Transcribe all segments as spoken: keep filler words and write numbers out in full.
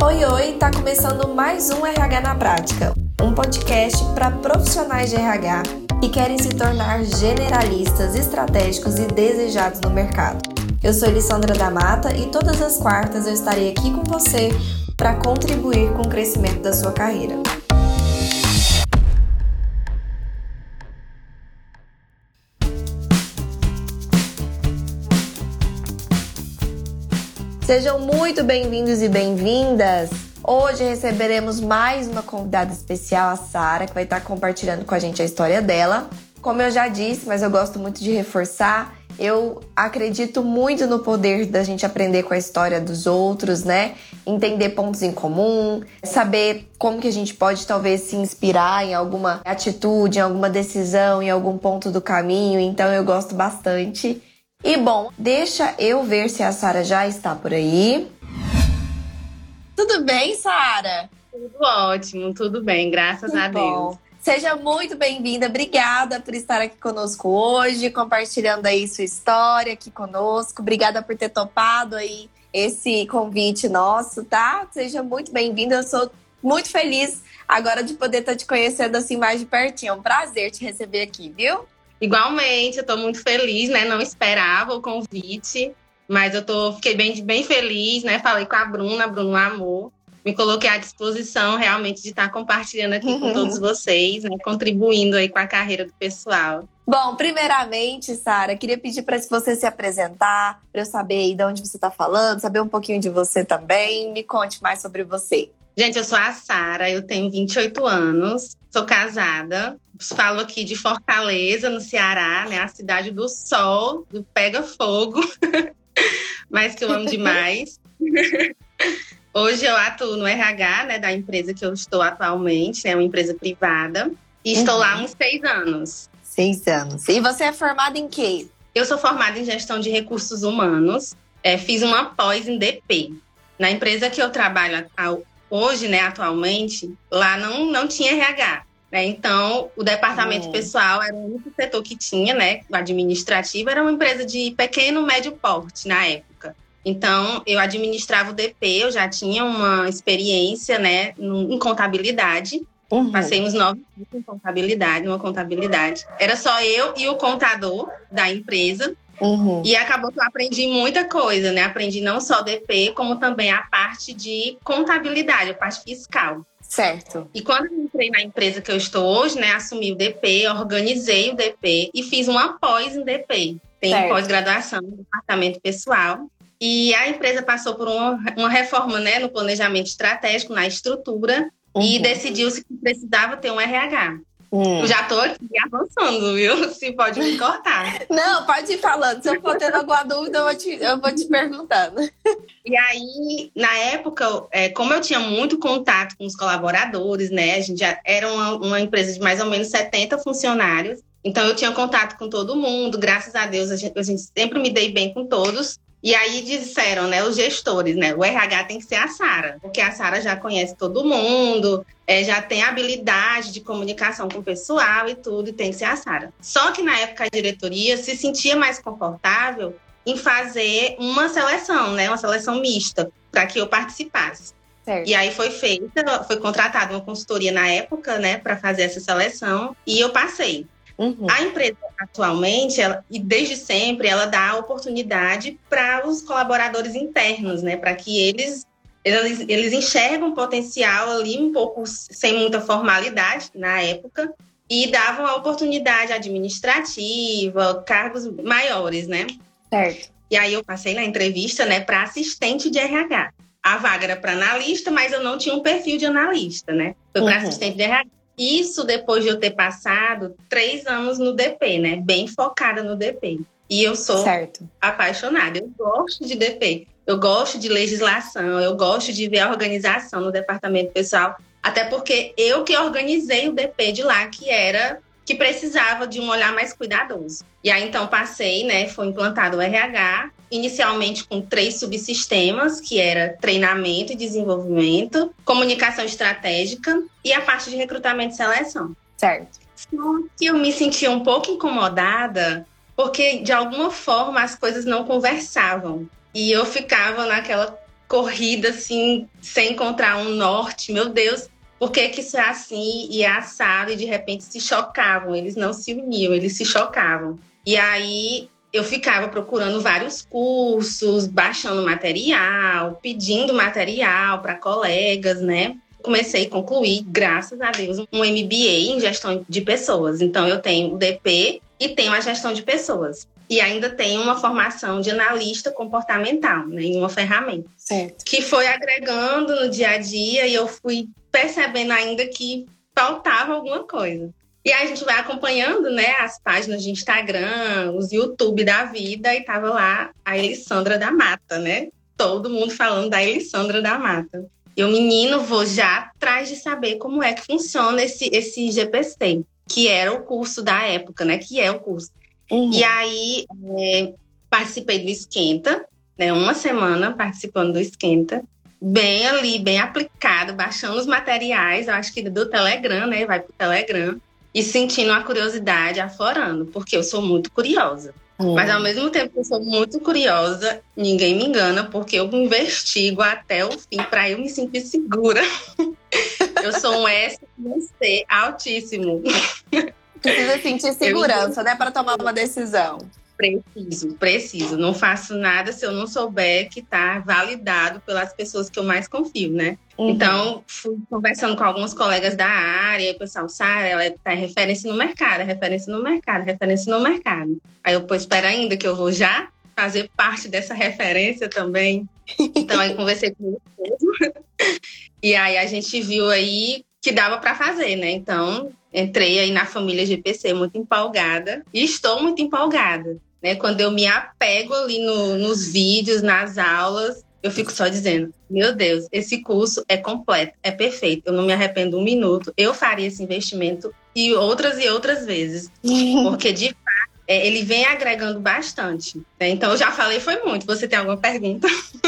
Oi, oi! Tá começando mais um R H na Prática, um podcast para profissionais de R H que querem se tornar generalistas, estratégicos e desejados no mercado. Eu sou Elissandra da Mata e todas as quartas eu estarei aqui com você para contribuir com o crescimento da sua carreira. Sejam muito bem-vindos e bem-vindas! Hoje receberemos mais uma convidada especial, a Sara, que vai estar compartilhando com a gente a história dela. Como eu já disse, mas eu gosto muito de reforçar, eu acredito muito no poder da gente aprender com a história dos outros, né? Entender pontos em comum, saber como que a gente pode talvez se inspirar em alguma atitude, em alguma decisão, em algum ponto do caminho. Então eu gosto bastante. E bom, deixa eu ver se a Sara já está por aí. Tudo bem, Sara? Tudo ótimo, tudo bem, graças Que a bom. Deus. Seja muito bem-vinda, obrigada por estar aqui conosco hoje, compartilhando aí sua história aqui conosco. Obrigada por ter topado aí esse convite nosso, tá? Seja muito bem-vinda, eu sou muito feliz agora de poder estar te conhecendo assim mais de pertinho. É um prazer te receber aqui, viu? Igualmente, eu tô muito feliz, né? Não esperava o convite, mas eu tô, fiquei bem, bem feliz, né? Falei com a Bruna, a Bruna amor. Me coloquei à disposição realmente de estar compartilhando aqui com todos vocês, né? Contribuindo aí com a carreira do pessoal. Bom, primeiramente, Sara, queria pedir para você se apresentar, para eu saber aí de onde você está falando, saber um pouquinho de você também. Me conte mais sobre você. Gente, eu sou a Sara, eu tenho vinte e oito anos, sou casada, falo aqui de Fortaleza, no Ceará, né? A cidade do sol, do pega fogo, mas que eu amo demais. Hoje eu atuo no R H, né, da empresa que eu estou atualmente, é né, uma empresa privada, e uhum. estou lá há uns seis anos. Seis anos. E você é formada em quê? Eu sou formada em gestão de recursos humanos, é, fiz uma pós em D P. Na empresa que eu trabalho hoje, né, atualmente, lá não, não tinha R H. Né? Então, o departamento hum. pessoal era o único setor que tinha, né, o administrativo, era uma empresa de pequeno, médio porte na época. Então, eu administrava o D P, eu já tinha uma experiência, né, em contabilidade. Uhum. Passei uns nove anos em contabilidade, uma contabilidade. Era só eu e o contador da empresa. Uhum. E acabou que eu aprendi muita coisa, né? Aprendi não só o D P, como também a parte de contabilidade, a parte fiscal. Certo. E quando eu entrei na empresa que eu estou hoje, né, assumi o D P, organizei o D P e fiz uma pós em D P. Tem pós-graduação no departamento pessoal. E a empresa passou por uma, uma reforma, né, no planejamento estratégico, na estrutura, uhum. e decidiu-se que precisava ter um R H. Hum. Eu já estou aqui avançando, viu? Se pode me cortar. Não, pode ir falando. Se eu for tendo alguma dúvida, eu vou te, eu vou te perguntando. E aí, na época, é, como eu tinha muito contato com os colaboradores, né? A gente já era uma, uma empresa de mais ou menos setenta funcionários. Então, eu tinha contato com todo mundo. Graças a Deus, a gente, a gente sempre me dei bem com todos. E aí disseram, né, os gestores, né, o R H tem que ser a Sara, porque a Sara já conhece todo mundo, é, já tem habilidade de comunicação com o pessoal e tudo, e tem que ser a Sara. Só que na época a diretoria se sentia mais confortável em fazer uma seleção, né, uma seleção mista, para que eu participasse. Certo. E aí foi feita, foi contratada uma consultoria na época, né, para fazer essa seleção, e eu passei. Uhum. A empresa atualmente, ela, e desde sempre, ela dá oportunidade para os colaboradores internos, né? Para que eles, eles, eles enxergam o potencial ali um pouco sem muita formalidade na época e davam a oportunidade administrativa, cargos maiores, né? Certo. E aí eu passei na entrevista, né, para assistente de R H. A vaga era para analista, mas eu não tinha um perfil de analista, né? Foi para uhum. assistente de R H. Isso depois de eu ter passado três anos no D P, né? Bem focada no D P. E eu sou certo. apaixonada. Eu gosto de D P. Eu gosto de legislação. Eu gosto de ver a organização no departamento pessoal. Até porque eu que organizei o D P de lá, que era... que precisava de um olhar mais cuidadoso. E aí, então, passei, né? Foi implantado o R H, inicialmente com três subsistemas, que era treinamento e desenvolvimento, comunicação estratégica e a parte de recrutamento e seleção. Certo. Só que eu me sentia um pouco incomodada, porque, de alguma forma, as coisas não conversavam. E eu ficava naquela corrida, assim, sem encontrar um norte. Meu Deus, por que que isso é assim e é assado? E de repente se chocavam, eles não se uniam, eles se chocavam. E aí eu ficava procurando vários cursos, baixando material, pedindo material para colegas, né? Comecei a concluir, graças a Deus, um M B A em gestão de pessoas. Então, eu tenho o D P e tenho a gestão de pessoas. E ainda tenho uma formação de analista comportamental, né, em uma ferramenta. Certo. Que foi agregando no dia a dia e eu fui percebendo ainda que faltava alguma coisa. E aí a gente vai acompanhando, né, as páginas de Instagram, os YouTube da vida, e tava lá a Elissandra da Mata, né? Todo mundo falando da Elissandra da Mata. E o menino, vou já atrás de saber como é que funciona esse, esse G P C, que era o curso da época, né? Que é o curso. Uhum. E aí, é, participei do Esquenta, né? Uma semana participando do Esquenta. Bem ali, bem aplicado, baixando os materiais, eu acho que do Telegram, né? Vai pro Telegram. E sentindo a curiosidade aflorando, porque eu sou muito curiosa. Hum. Mas ao mesmo tempo que eu sou muito curiosa, ninguém me engana, porque eu investigo até o fim para eu me sentir segura. Eu sou um S e um C altíssimo. Precisa sentir segurança, eu... né? Para tomar uma decisão. Preciso, preciso. Não faço nada se eu não souber que está validado pelas pessoas que eu mais confio, né? Uhum. Então, fui conversando com alguns colegas da área, e o pessoal, Sara, ela tá referência no mercado, é referência no mercado, referência no mercado. Aí eu, pô, espera ainda que eu vou já fazer parte dessa referência também. Então, aí conversei com ele mesmo. E aí a gente viu aí que dava para fazer, né? Então, entrei aí na família G P C muito empolgada e estou muito empolgada, né? Quando eu me apego ali no, nos vídeos, nas aulas, eu fico só dizendo, meu Deus, esse curso é completo, é perfeito, eu não me arrependo um minuto, eu faria esse investimento e outras e outras vezes, porque de fato é, ele vem agregando bastante, né? Então eu já falei, foi muito. Você tem alguma pergunta?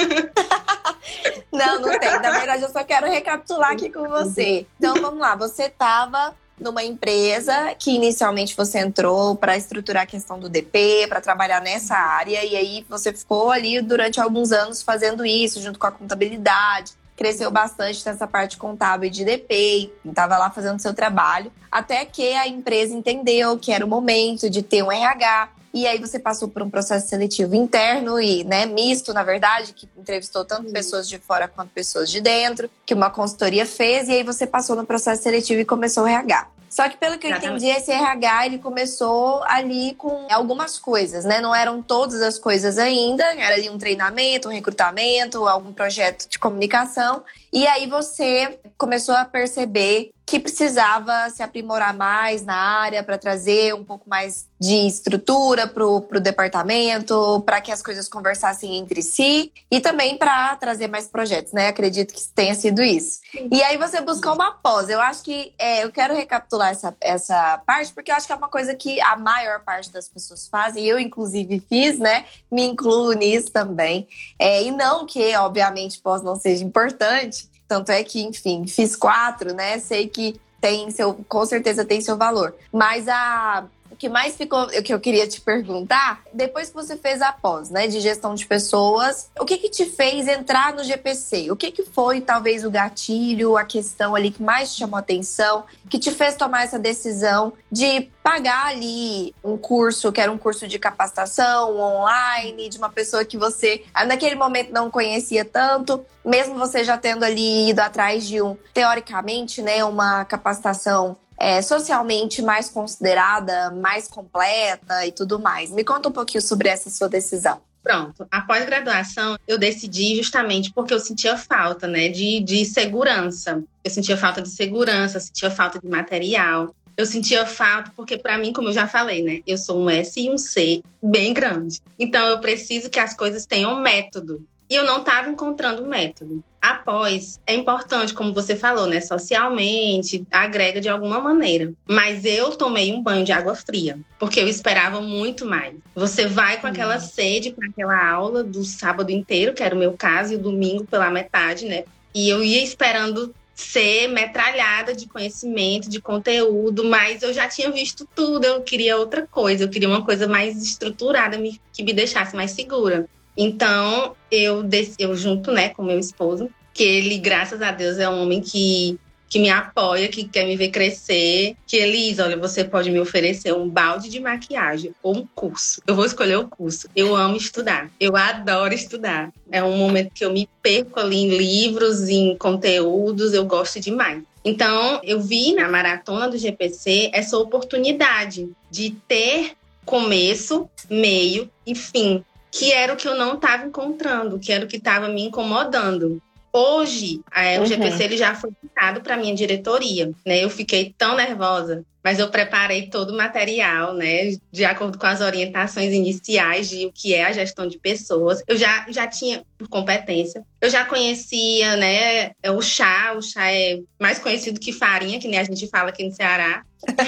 Não, não tem. Na verdade, eu só quero recapitular aqui com você. Então, vamos lá. Você estava numa empresa que inicialmente você entrou para estruturar a questão do D P, para trabalhar nessa área. E aí, você ficou ali durante alguns anos fazendo isso, junto com a contabilidade. Cresceu bastante nessa parte contábil de D P, estava lá fazendo seu trabalho. Até que a empresa entendeu que era o momento de ter um R H. E aí você passou por um processo seletivo interno e, né, misto, na verdade, que entrevistou tanto pessoas de fora quanto pessoas de dentro, que uma consultoria fez, e aí você passou no processo seletivo e começou o R H. Só que, pelo que eu entendi, esse R H, ele começou ali com algumas coisas, né? Não eram todas as coisas ainda, era ali um treinamento, um recrutamento, algum projeto de comunicação. E aí você começou a perceber que precisava se aprimorar mais na área para trazer um pouco mais de estrutura para o departamento, para que as coisas conversassem entre si e também para trazer mais projetos, né? Acredito que tenha sido isso. E aí você buscou uma pós. Eu acho que é, eu quero recapitular essa, essa parte, porque eu acho que é uma coisa que a maior parte das pessoas fazem. Eu, inclusive, fiz, né? Me incluo nisso também. É, e não que, obviamente, pós não seja importante. Tanto é que, enfim, fiz quatro, né? Sei que tem seu, com certeza tem seu valor. Mas a, o que mais ficou, o que eu queria te perguntar, depois que você fez a pós, né, de gestão de pessoas, o que que te fez entrar no G P C? O que que foi, talvez, o gatilho, a questão ali que mais te chamou a atenção, que te fez tomar essa decisão de pagar ali um curso, que era um curso de capacitação online, de uma pessoa que você, naquele momento, não conhecia tanto, mesmo você já tendo ali ido atrás de um, teoricamente, né, uma capacitação é, socialmente mais considerada, mais completa e tudo mais. Me conta um pouquinho sobre essa sua decisão. Pronto, após graduação, eu decidi justamente porque eu sentia falta, né, de, de segurança. Eu sentia falta de segurança, sentia falta de material. Eu sentia falta porque, para mim, como eu já falei, né, eu sou um S e um C bem grande. Então, eu preciso que as coisas tenham método. E eu não estava encontrando método. Após, é importante, como você falou, né? Socialmente, agrega de alguma maneira. Mas eu tomei um banho de água fria, porque eu esperava muito mais. Você vai com aquela sede para aquela aula do sábado inteiro, que era o meu caso, e o domingo pela metade, né? E eu ia esperando ser metralhada de conhecimento, de conteúdo, mas eu já tinha visto tudo, eu queria outra coisa, eu queria uma coisa mais estruturada, que me deixasse mais segura. Então, eu, desci, eu junto, né, com meu esposo, que ele, graças a Deus, é um homem que, que me apoia, que quer me ver crescer. Que Elisa, olha, você pode me oferecer um balde de maquiagem ou um curso. Eu vou escolher o curso. Eu amo estudar. Eu adoro estudar. É um momento que eu me perco ali em livros, em conteúdos. Eu gosto demais. Então, eu vi na maratona do G P C essa oportunidade de ter começo, meio e fim, que era o que eu não estava encontrando, que era o que estava me incomodando. Hoje, é, uhum. o G P C ele já foi citado para a minha diretoria, né? Eu fiquei tão nervosa, mas eu preparei todo o material, né? De acordo com as orientações iniciais de o que é a gestão de pessoas. Eu já, já tinha competência. Eu já conhecia, né? O chá. O chá é mais conhecido que farinha, que nem a gente fala aqui no Ceará.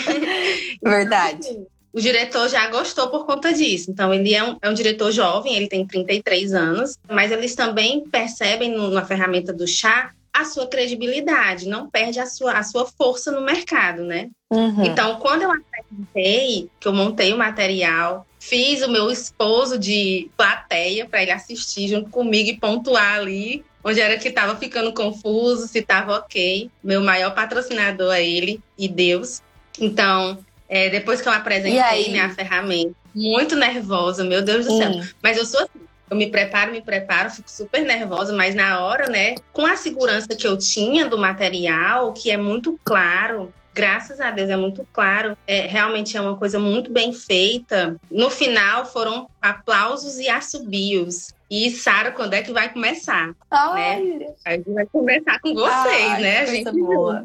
Verdade. Então, o diretor já gostou por conta disso. Então, ele é um, é um diretor jovem, ele tem trinta e três anos, mas eles também percebem no, na ferramenta do chá a sua credibilidade, não perde a sua, a sua força no mercado, né? Uhum. Então, quando eu apresentei, que eu montei o material, fiz o meu esposo de plateia para ele assistir junto comigo e pontuar ali, onde era que estava ficando confuso, se estava ok. Meu maior patrocinador é ele e Deus. Então, é, depois que eu apresentei minha ferramenta, muito nervosa, meu Deus do céu. Hum. Mas eu sou assim, eu me preparo, me preparo, fico super nervosa, mas na hora, né, com a segurança que eu tinha do material, que é muito claro, graças a Deus é muito claro, é, realmente é uma coisa muito bem feita. No final foram aplausos e assobios. E, Sara, quando é que vai começar? Ai. Né? A gente vai começar com vocês, Ai, né? A gente boa.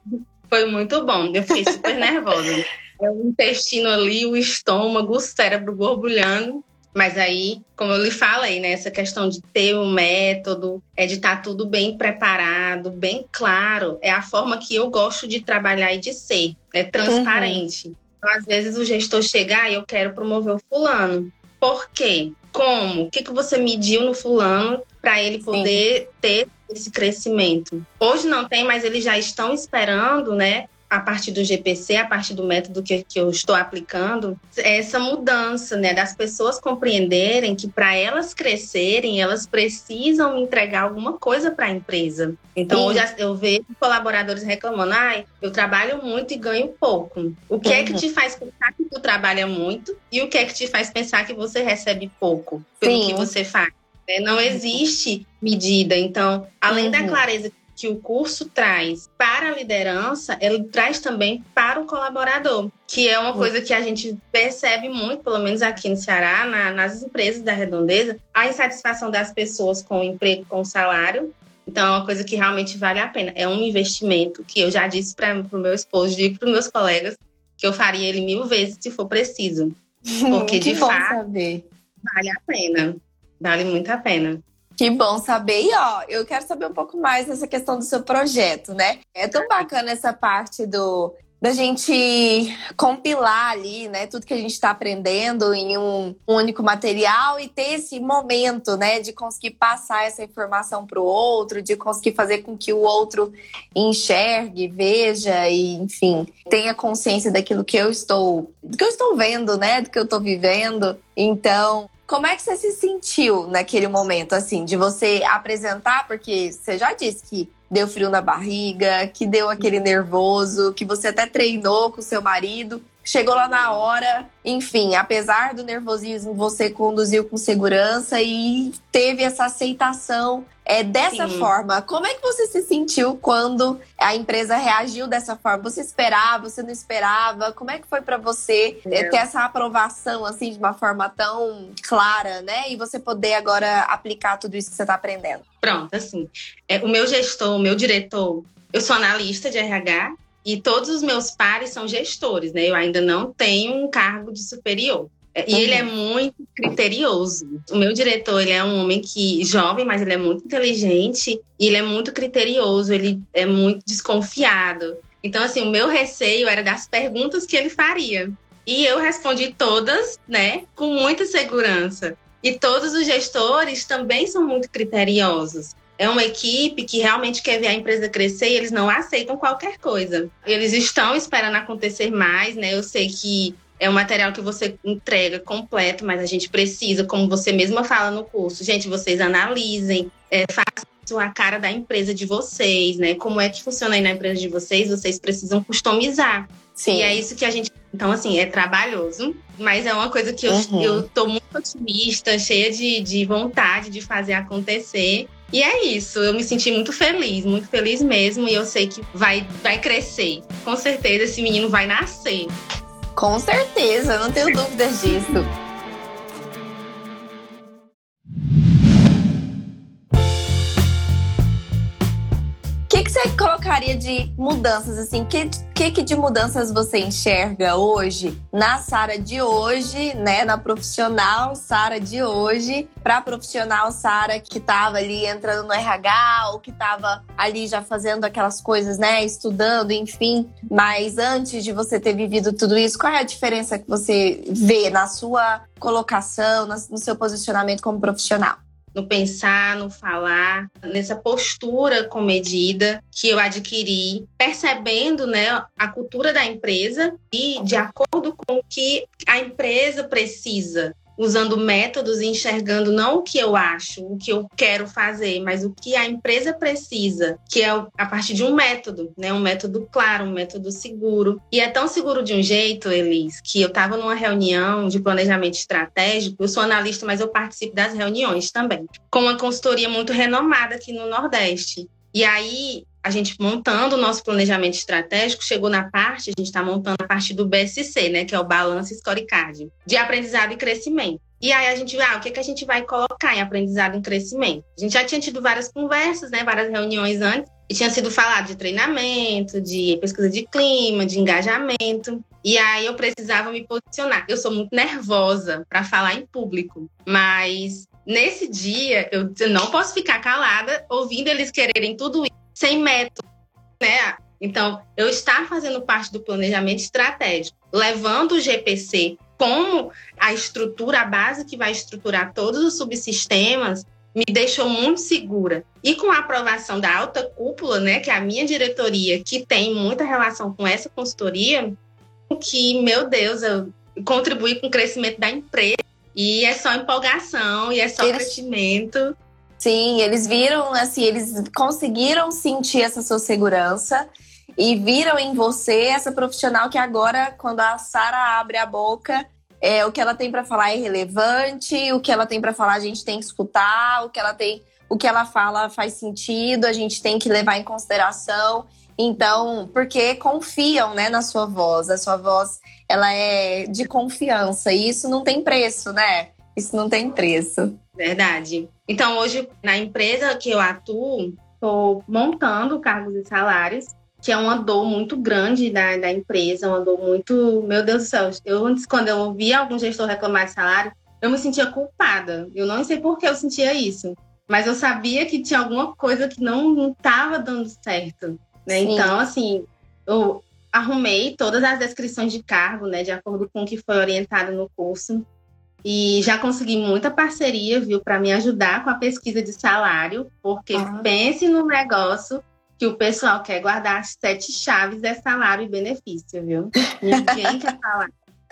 Foi muito bom, eu fiquei super nervosa. É o intestino ali, o estômago, o cérebro borbulhando. Mas aí, como eu lhe falei, né, essa questão de ter um método, é de estar tudo bem preparado, bem claro, é a forma que eu gosto de trabalhar e de ser, é transparente. Uhum. Então, às vezes o gestor chega, ah, eu quero promover o fulano. Por quê? Como? O que, que você mediu no fulano para ele poder Sim. ter esse crescimento? Hoje não tem, mas eles já estão esperando, né? A partir do G P C, a partir do método que, que eu estou aplicando, essa mudança, né, das pessoas compreenderem que para elas crescerem, elas precisam entregar alguma coisa para a empresa. Então, Sim. hoje eu vejo colaboradores reclamando, ai, eu trabalho muito e ganho pouco. O que uhum. é que te faz pensar que tu trabalha muito e o que é que te faz pensar que você recebe pouco pelo Sim. que você faz? Não existe medida. Então, além uhum. da clareza que o curso traz para a liderança, ele traz também para o colaborador, que é uma coisa que a gente percebe muito, pelo menos aqui no Ceará, na, nas empresas da Redondeza, a insatisfação das pessoas com o emprego, com o salário. Então, é uma coisa que realmente vale a pena. É um investimento que eu já disse para o meu esposo, digo para os meus colegas, que eu faria ele mil vezes se for preciso. Porque, de fato, saber. vale a pena. Vale muito a pena. Que bom saber. E, ó, eu quero saber um pouco mais dessa questão do seu projeto, né? É tão bacana essa parte do da gente compilar ali, né? Tudo que a gente está aprendendo em um único material e ter esse momento, né? De conseguir passar essa informação para o outro, de conseguir fazer com que o outro enxergue, veja e, enfim, tenha consciência daquilo que eu estou, do que eu estou vendo, né? Do que eu estou vivendo. Então, como é que você se sentiu naquele momento, assim, de você apresentar? Porque você já disse que deu frio na barriga, que deu aquele nervoso, que você até treinou com seu marido. Chegou lá na hora, enfim, apesar do nervosismo, você conduziu com segurança e teve essa aceitação é, dessa Sim. forma. Como é que você se sentiu quando a empresa reagiu dessa forma? Você esperava, você não esperava? Como é que foi para você é. ter essa aprovação assim de uma forma tão clara, né? E você poder agora aplicar tudo isso que você está aprendendo? Pronto, assim, é, o meu gestor, o meu diretor, eu sou analista de R H, e todos os meus pares são gestores, né? Eu ainda não tenho um cargo de superior. E uhum. ele é muito criterioso. O meu diretor, ele é um homem que jovem, mas ele é muito inteligente. E ele é muito criterioso, ele é muito desconfiado. Então, assim, o meu receio era das perguntas que ele faria. E eu respondi todas, né? Com muita segurança. E todos os gestores também são muito criteriosos. É uma equipe que realmente quer ver a empresa crescer e eles não aceitam qualquer coisa. Eles estão esperando acontecer mais, né? Eu sei que é um material que você entrega completo, mas a gente precisa, como você mesma fala no curso, gente, vocês analisem, é, façam a cara da empresa de vocês, né? Como é que funciona aí na empresa de vocês, vocês precisam customizar. Sim. E é isso que a gente... Então, assim, é trabalhoso, mas é uma coisa que eu, Uhum. eu tô muito otimista, cheia de, de vontade de fazer acontecer. E é isso, eu me senti muito feliz, muito feliz mesmo. E eu sei que vai, vai crescer. Com certeza esse menino vai nascer. Com certeza, não tenho dúvidas disso. O que, que você colocaria de mudanças, assim? O que, que, que de mudanças você enxerga hoje na Sara de hoje, né? Na profissional Sara de hoje, para a profissional Sara que estava ali entrando no R H, ou que estava ali já fazendo aquelas coisas, né? Estudando, enfim. Mas antes de você ter vivido tudo isso, qual é a diferença que você vê na sua colocação, no seu posicionamento como profissional? No pensar, no falar, nessa postura comedida que eu adquiri, percebendo, né, a cultura da empresa e de acordo com o que a empresa precisa, usando métodos e enxergando não o que eu acho, o que eu quero fazer, mas o que a empresa precisa, que é a partir de um método, né? Um método claro, um método seguro. E é tão seguro de um jeito, Elis, que eu estava numa reunião de planejamento estratégico, eu sou analista, mas eu participo das reuniões também, com uma consultoria muito renomada aqui no Nordeste. E aí, a gente montando o nosso planejamento estratégico, chegou na parte, a gente está montando a parte do B S C, né, que é o Balance Scorecard, de aprendizado e crescimento. E aí a gente, ah, o que, que a gente vai colocar em aprendizado e crescimento? A gente já tinha tido várias conversas, né, várias reuniões antes, e tinha sido falado de treinamento, de pesquisa de clima, de engajamento. E aí eu precisava me posicionar. Eu sou muito nervosa para falar em público, mas nesse dia eu não posso ficar calada ouvindo eles quererem tudo isso sem método, né? Então, eu estar fazendo parte do planejamento estratégico, levando o G P C como a estrutura, a base que vai estruturar todos os subsistemas, me deixou muito segura. E com a aprovação da alta cúpula, né, que é a minha diretoria, que tem muita relação com essa consultoria, que, meu Deus, eu contribuí com o crescimento da empresa. E é só empolgação, e é só eles... crescimento. Sim, eles viram, assim, eles conseguiram sentir essa sua segurança e viram em você essa profissional que agora, quando a Sara abre a boca, é, o que ela tem para falar é relevante, o que ela tem para falar a gente tem que escutar, o que ela tem, o que ela fala faz sentido, a gente tem que levar em consideração. Então, porque confiam, né, na sua voz, a sua voz, ela é de confiança e isso não tem preço, né? Isso não tem preço. Verdade. Então, hoje, na empresa que eu atuo, estou montando cargos e salários, que é uma dor muito grande da, da empresa, uma dor muito... Meu Deus do céu, eu antes, quando eu ouvia algum gestor reclamar de salário, eu me sentia culpada. Eu não sei por que eu sentia isso, mas eu sabia que tinha alguma coisa que não estava dando certo, né? Então, assim, eu arrumei todas as descrições de cargo, né, de acordo com o que foi orientado no curso. E já consegui muita parceria, viu, para me ajudar com a pesquisa de salário, porque ah. pense no negócio que o pessoal quer guardar as sete chaves é salário e benefício, viu? Ninguém quer falar.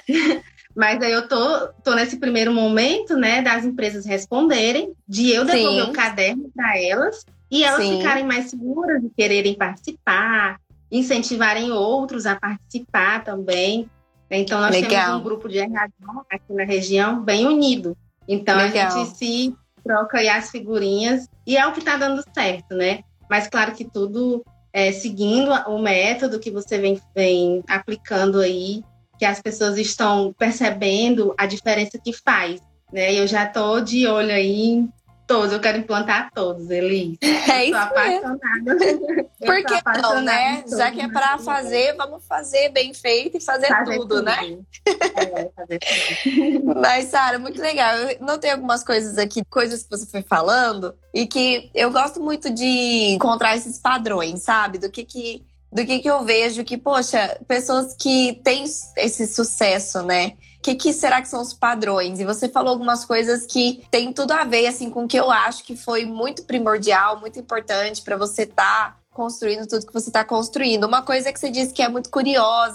Mas aí eu tô, tô nesse primeiro momento, né, das empresas responderem, de eu devolver Sim. o caderno para elas e elas Sim. ficarem mais seguras de quererem participar, incentivarem outros a participar também. Então, nós Legal. temos um grupo de R H aqui na região bem unido. Então, Legal. a gente se troca aí as figurinhas e é o que está dando certo, né? Mas, claro que tudo é, seguindo o método que você vem, vem aplicando aí, que as pessoas estão percebendo a diferença que faz, né? Eu já estou de olho aí todos, eu quero implantar todos, Elis. É isso apaixonada. Por que não, né? Já que é para fazer, vamos fazer bem feito e fazer, fazer tudo, tudo, né? É, fazer tudo. Mas, Sara, muito legal. Eu notei algumas coisas aqui, coisas que você foi falando, e que eu gosto muito de encontrar esses padrões, sabe? Do que que, do que, que eu vejo que, poxa, pessoas que têm esse sucesso, né? O que, que será que são os padrões? E você falou algumas coisas que tem tudo a ver assim, com o que eu acho que foi muito primordial, muito importante para você estar tá construindo tudo que você está construindo. Uma coisa que você disse que é muito curiosa,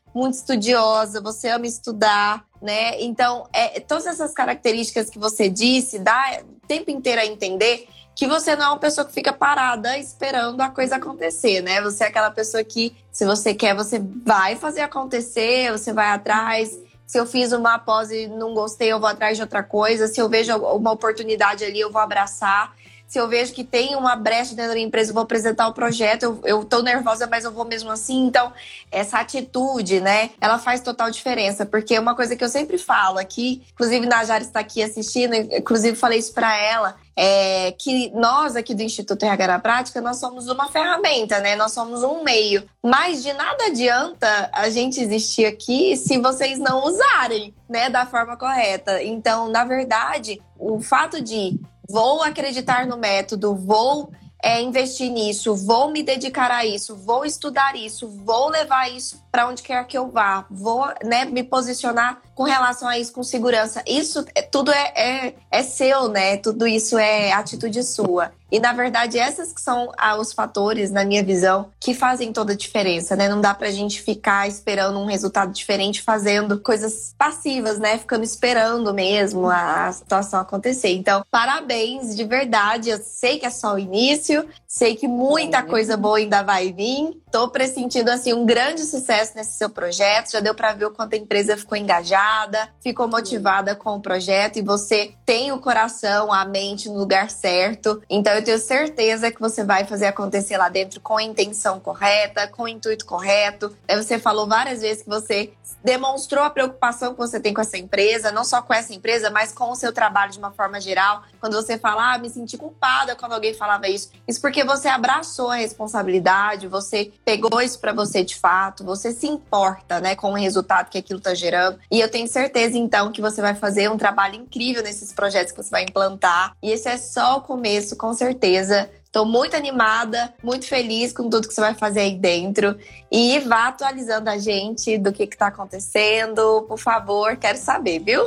muito estudiosa, você ama estudar, né? Então, é, todas essas características que você disse, dá o tempo inteiro a entender que você não é uma pessoa que fica parada esperando a coisa acontecer, né? Você é aquela pessoa que, se você quer, você vai fazer acontecer, você vai atrás. Se eu fiz uma pós e não gostei, eu vou atrás de outra coisa. Se eu vejo uma oportunidade ali, eu vou abraçar. Se eu vejo que tem uma brecha dentro da empresa, eu vou apresentar o projeto. Eu, eu tô nervosa, mas eu vou mesmo assim. Então, essa atitude, né, ela faz total diferença. Porque uma coisa que eu sempre falo aqui, inclusive a Najara está aqui assistindo, inclusive falei isso para ela, é que nós aqui do Instituto R H na Prática, nós somos uma ferramenta, né? Nós somos um meio. Mas de nada adianta a gente existir aqui se vocês não usarem, né, da forma correta. Então, na verdade, o fato de vou acreditar no método, vou é, investir nisso, vou me dedicar a isso, vou estudar isso, vou levar isso para onde quer que eu vá, vou, né, me posicionar com relação a isso com segurança. Isso é, tudo é, é, é seu, né? Tudo isso é atitude sua. E, na verdade, essas que são ah, os fatores, na minha visão, que fazem toda a diferença, né? Não dá pra gente ficar esperando um resultado diferente, fazendo coisas passivas, né? Ficando esperando mesmo a, a situação acontecer. Então, parabéns, de verdade. Eu sei que é só o início, sei que muita coisa boa ainda vai vir. Tô pressentindo, assim, um grande sucesso nesse seu projeto. Já deu pra ver o quanto a empresa ficou engajada, ficou motivada com o projeto e você tem o coração, a mente no lugar certo. Então, eu tenho certeza que você vai fazer acontecer lá dentro com a intenção correta, com o intuito correto. Aí você falou várias vezes que você demonstrou a preocupação que você tem com essa empresa, não só com essa empresa, mas com o seu trabalho de uma forma geral. Quando você fala, ah, me senti culpada quando alguém falava isso. Isso porque você abraçou a responsabilidade, você pegou isso pra você de fato, você se importa, né, com o resultado que aquilo tá gerando. E eu tenho certeza, então, que você vai fazer um trabalho incrível nesses projetos que você vai implantar. E esse é só o começo, com certeza. Estou muito animada, muito feliz com tudo que você vai fazer aí dentro. E vá atualizando a gente do que está acontecendo, por favor, quero saber, viu?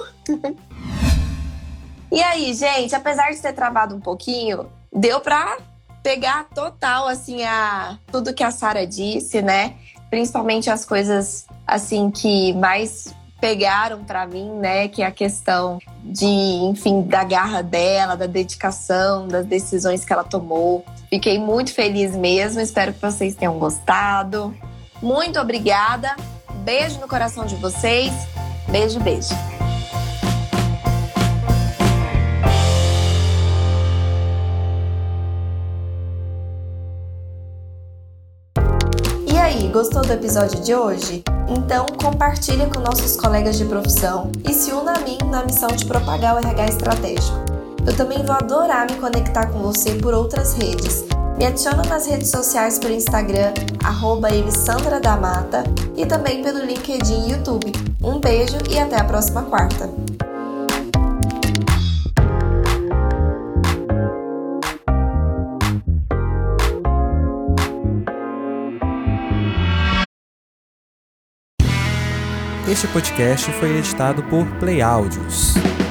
E aí, gente, apesar de ter travado um pouquinho, deu para pegar total, assim, a, tudo que a Sara disse, né? Principalmente as coisas, assim, que mais pegaram para mim, né? Que é a questão de, enfim, da garra dela, da dedicação, das decisões que ela tomou. Fiquei muito feliz mesmo, espero que vocês tenham gostado. Muito obrigada, beijo no coração de vocês, beijo, beijo. E aí, gostou do episódio de hoje? Então, compartilha com nossos colegas de profissão e se una a mim na missão de propagar o R H estratégico. Eu também vou adorar me conectar com você por outras redes. Me adiciona nas redes sociais pelo Instagram, arroba Elisandra da Mata, e também pelo LinkedIn e YouTube. Um beijo e até a próxima quarta! Este podcast foi editado por Play Áudios.